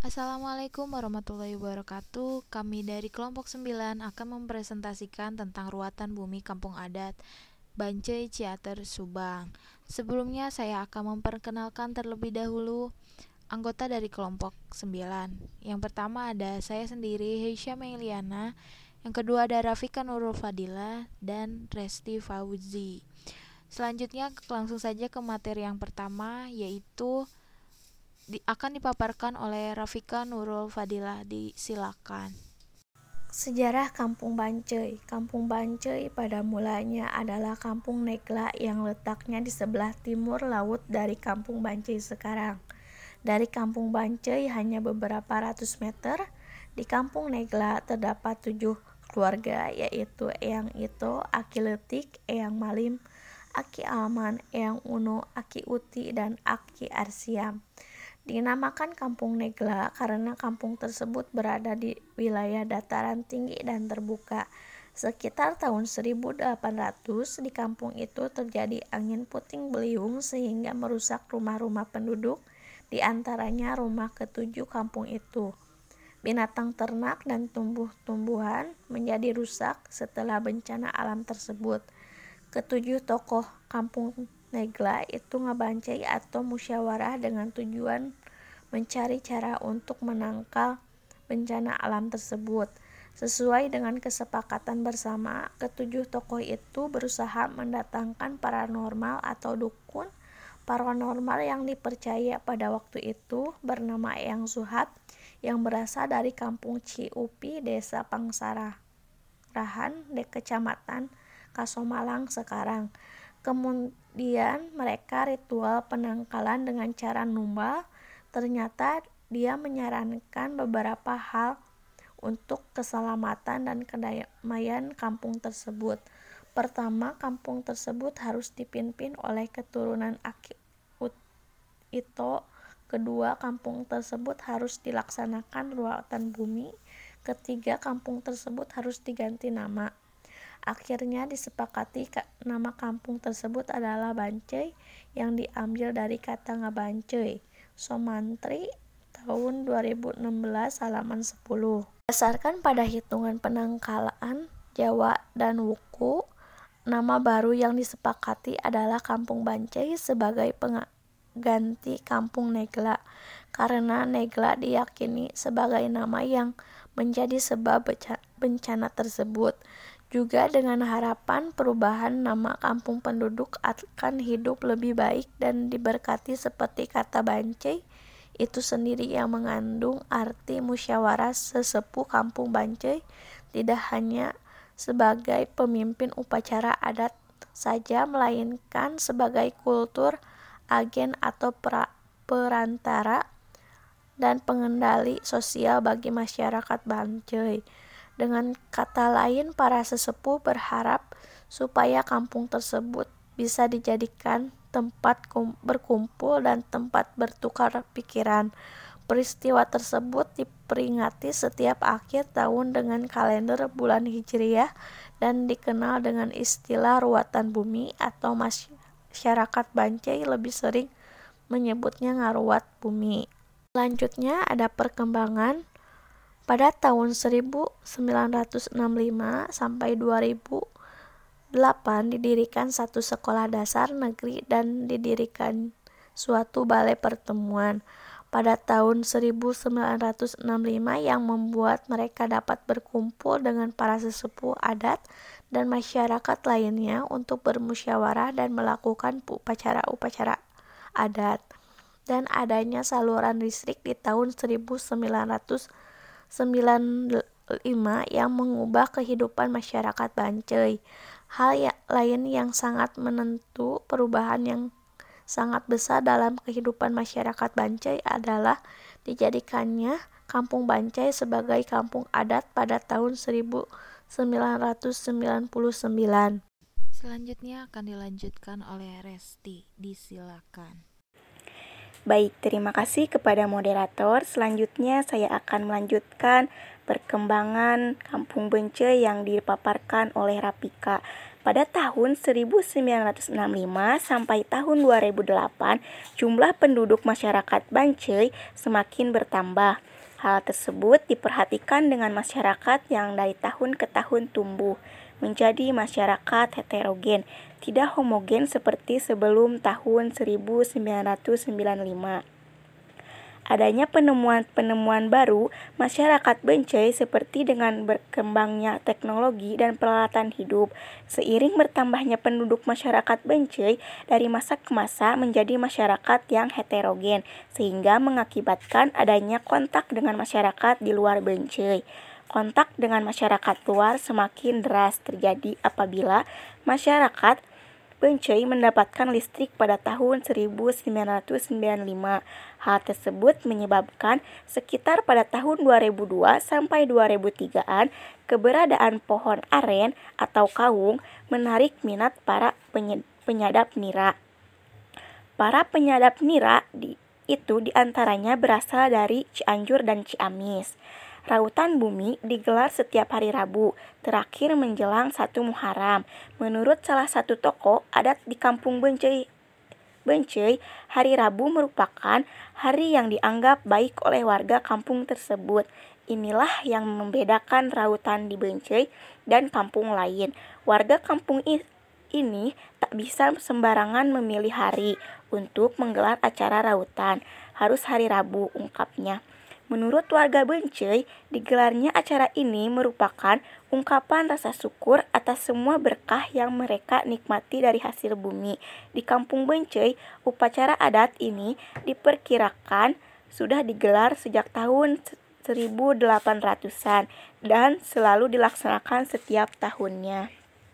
Assalamualaikum warahmatullahi wabarakatuh. Kami dari kelompok 9 akan mempresentasikan tentang ruatan bumi kampung adat Bancai Ciater Subang. Sebelumnya saya akan memperkenalkan terlebih dahulu anggota dari kelompok 9. Yang pertama ada saya sendiri, Heisha Meliana. Yang kedua ada Rafika Nurul Fadila dan Resti Fauzi. Selanjutnya langsung saja ke materi yang pertama, yaitu akan dipaparkan oleh Rafika Nurul Fadilah. Disilakan. Sejarah Kampung Bancai. Kampung Bancai pada mulanya adalah kampung Negla yang letaknya di sebelah timur laut dari Kampung Bancai sekarang. Dari Kampung Bancai hanya beberapa ratus meter, di Kampung Negla terdapat 7 keluarga, yaitu Eyang Ito, Aki Letik, Eyang Malim, Aki Alman, Eyang Uno, Aki Uti, dan Aki Arsiam. Dinamakan Kampung Negla karena kampung tersebut berada di wilayah dataran tinggi dan terbuka. Sekitar tahun 1800 di kampung itu terjadi angin puting beliung sehingga merusak rumah-rumah penduduk, di antaranya rumah ketujuh kampung itu. Binatang ternak dan tumbuh-tumbuhan menjadi rusak setelah bencana alam tersebut. Ketujuh tokoh kampung Negla itu ngebancai atau musyawarah dengan tujuan mencari cara untuk menangkal bencana alam tersebut. Sesuai dengan kesepakatan bersama, ketujuh tokoh itu berusaha mendatangkan paranormal atau dukun paranormal yang dipercaya pada waktu itu bernama Eyang Suhab, yang berasal dari kampung Ciupi, desa Pangsarahan, kecamatan Kasomalang sekarang. Kemudian mereka ritual penangkalan dengan cara numbal. Ternyata dia menyarankan beberapa hal untuk keselamatan dan kedamaian kampung tersebut. Pertama, kampung tersebut harus dipimpin oleh keturunan Aki Ito. Kedua, kampung tersebut harus dilaksanakan ruatan bumi. Ketiga, kampung tersebut harus diganti nama. Akhirnya disepakati nama kampung tersebut adalah Bancai, yang diambil dari kata ngabancai. Somantri tahun 2016 halaman 10. Berdasarkan pada hitungan penangkalan Jawa dan Wuku, nama baru yang disepakati adalah Kampung Bancai sebagai pengganti Kampung Negla, karena Negla diyakini sebagai nama yang menjadi sebab bencana tersebut. Juga dengan harapan perubahan nama kampung penduduk akan hidup lebih baik dan diberkati, seperti kata Bancai itu sendiri yang mengandung arti musyawarah sesepuh Kampung Bancai tidak hanya sebagai pemimpin upacara adat saja, melainkan sebagai kultur, agen atau perantara dan pengendali sosial bagi masyarakat Bancai. Dengan kata lain, para sesepuh berharap supaya kampung tersebut bisa dijadikan tempat berkumpul dan tempat bertukar pikiran. Peristiwa tersebut diperingati setiap akhir tahun dengan kalender bulan Hijriah dan dikenal dengan istilah ruatan bumi, atau masyarakat Bancai lebih sering menyebutnya ngaruat bumi. Selanjutnya ada perkembangan. Pada tahun 1965 sampai 2008 didirikan satu sekolah dasar negeri dan didirikan suatu balai pertemuan pada tahun 1965 yang membuat mereka dapat berkumpul dengan para sesepuh adat dan masyarakat lainnya untuk bermusyawarah dan melakukan upacara-upacara adat. Dan adanya saluran listrik di tahun 1995 yang mengubah kehidupan masyarakat Bancai. Hal lain yang sangat menentu perubahan yang sangat besar dalam kehidupan masyarakat Bancai adalah dijadikannya Kampung Bancai sebagai kampung adat pada tahun 1999. Selanjutnya akan dilanjutkan oleh Resti. Disilakan. Baik, terima kasih kepada moderator. Selanjutnya saya akan melanjutkan perkembangan Kampung Bancai yang dipaparkan oleh Rafika. Pada tahun 1965 sampai tahun 2008, jumlah penduduk masyarakat Bancai semakin bertambah. Hal tersebut diperhatikan dengan masyarakat yang dari tahun ke tahun tumbuh menjadi masyarakat heterogen, tidak homogen seperti sebelum tahun 1995. Adanya penemuan-penemuan baru masyarakat Bencai seperti dengan berkembangnya teknologi dan peralatan hidup. Seiring bertambahnya penduduk masyarakat Bencai dari masa ke masa menjadi masyarakat yang heterogen, sehingga mengakibatkan adanya kontak dengan masyarakat di luar Bencai. Kontak dengan masyarakat luar semakin deras terjadi apabila masyarakat Bencai mendapatkan listrik pada tahun 1995. Hal tersebut menyebabkan sekitar pada tahun 2002 sampai 2003-an keberadaan pohon aren atau kawung menarik minat para penyadap nira. Para penyadap nira itu diantaranya berasal dari Cianjur dan Ciamis. Rautan Bumi digelar setiap hari Rabu, terakhir menjelang 1 Muharram. Menurut salah satu tokoh adat di kampung Bencai, hari Rabu merupakan hari yang dianggap baik oleh warga kampung tersebut. Inilah yang membedakan rautan di Bencai dan kampung lain. Warga kampung ini tak bisa sembarangan memilih hari untuk menggelar acara rautan. Harus hari Rabu, ungkapnya. Menurut warga Bencai, digelarnya acara ini merupakan ungkapan rasa syukur atas semua berkah yang mereka nikmati dari hasil bumi. Di kampung Bencai, upacara adat ini diperkirakan sudah digelar sejak tahun 1800-an dan selalu dilaksanakan setiap tahunnya.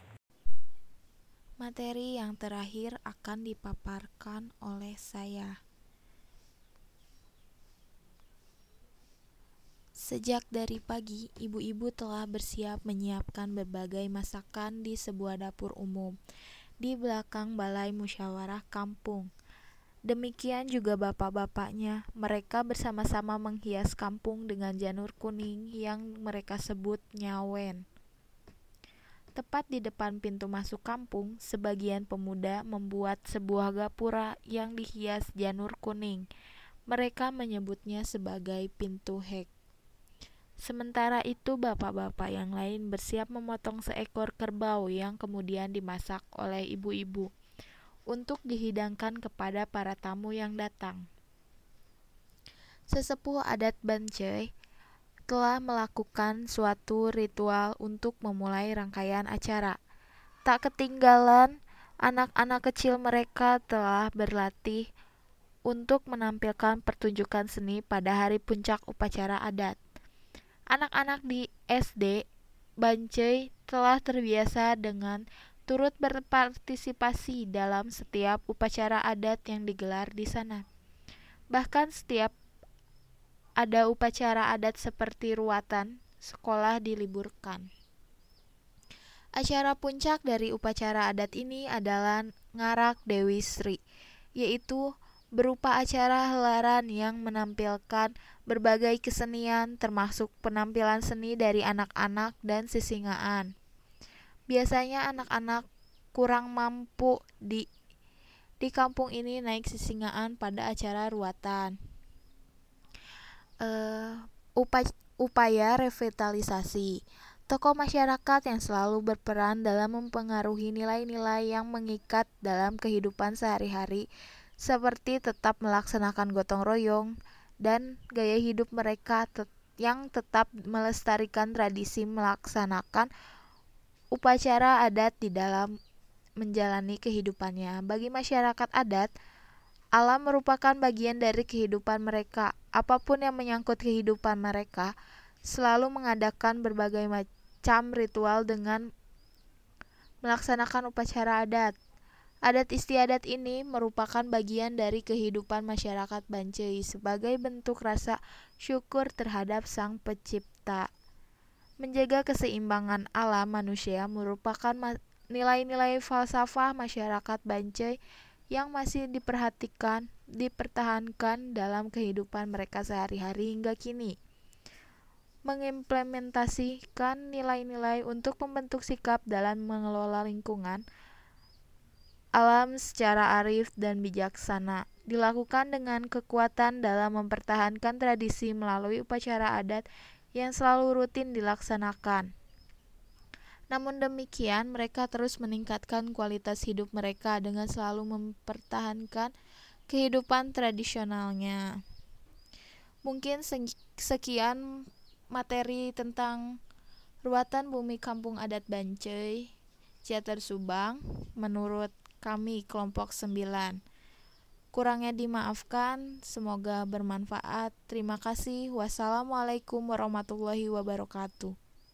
Materi yang terakhir akan dipaparkan oleh saya. Sejak dari pagi, ibu-ibu telah bersiap menyiapkan berbagai masakan di sebuah dapur umum di belakang balai musyawarah kampung. Demikian juga bapak-bapaknya, mereka bersama-sama menghias kampung dengan janur kuning yang mereka sebut nyawen. Tepat di depan pintu masuk kampung, sebagian pemuda membuat sebuah gapura yang dihias janur kuning. Mereka menyebutnya sebagai pintu hek. Sementara itu bapak-bapak yang lain bersiap memotong seekor kerbau yang kemudian dimasak oleh ibu-ibu untuk dihidangkan kepada para tamu yang datang. Sesepuh adat Bencai telah melakukan suatu ritual untuk memulai rangkaian acara. Tak ketinggalan, anak-anak kecil mereka telah berlatih untuk menampilkan pertunjukan seni pada hari puncak upacara adat. Anak-anak di SD Bencai telah terbiasa dengan turut berpartisipasi dalam setiap upacara adat yang digelar di sana. Bahkan setiap ada upacara adat seperti ruatan, sekolah diliburkan. Acara puncak dari upacara adat ini adalah Ngarak Dewi Sri, yaitu berupa acara helaran yang menampilkan berbagai kesenian termasuk penampilan seni dari anak-anak dan sisingaan. Biasanya anak-anak kurang mampu di kampung ini naik sisingaan pada acara ruatan. Upaya revitalisasi. Tokoh masyarakat yang selalu berperan dalam mempengaruhi nilai-nilai yang mengikat dalam kehidupan sehari-hari seperti tetap melaksanakan gotong royong dan gaya hidup mereka yang tetap melestarikan tradisi melaksanakan upacara adat di dalam menjalani kehidupannya. Bagi masyarakat adat, alam merupakan bagian dari kehidupan mereka. Apapun yang menyangkut kehidupan mereka, selalu mengadakan berbagai macam ritual dengan melaksanakan upacara adat. Adat istiadat ini merupakan bagian dari kehidupan masyarakat Bencai sebagai bentuk rasa syukur terhadap Sang Pencipta. Menjaga keseimbangan alam manusia merupakan nilai-nilai falsafah masyarakat Bencai yang masih dipertahankan dalam kehidupan mereka sehari-hari hingga kini. Mengimplementasikan nilai-nilai untuk membentuk sikap dalam mengelola lingkungan alam secara arif dan bijaksana. dilakukan dengan kekuatan dalam mempertahankan tradisi melalui upacara adat yang selalu rutin dilaksanakan. Namun demikian, mereka terus meningkatkan kualitas hidup mereka dengan selalu mempertahankan kehidupan tradisionalnya. Mungkin sekian materi tentang ruatan bumi kampung adat Bancai, Ciater Subang, menurut kami kelompok 9. Kurangnya dimaafkan, semoga bermanfaat. Terima kasih. Wassalamualaikum warahmatullahi wabarakatuh.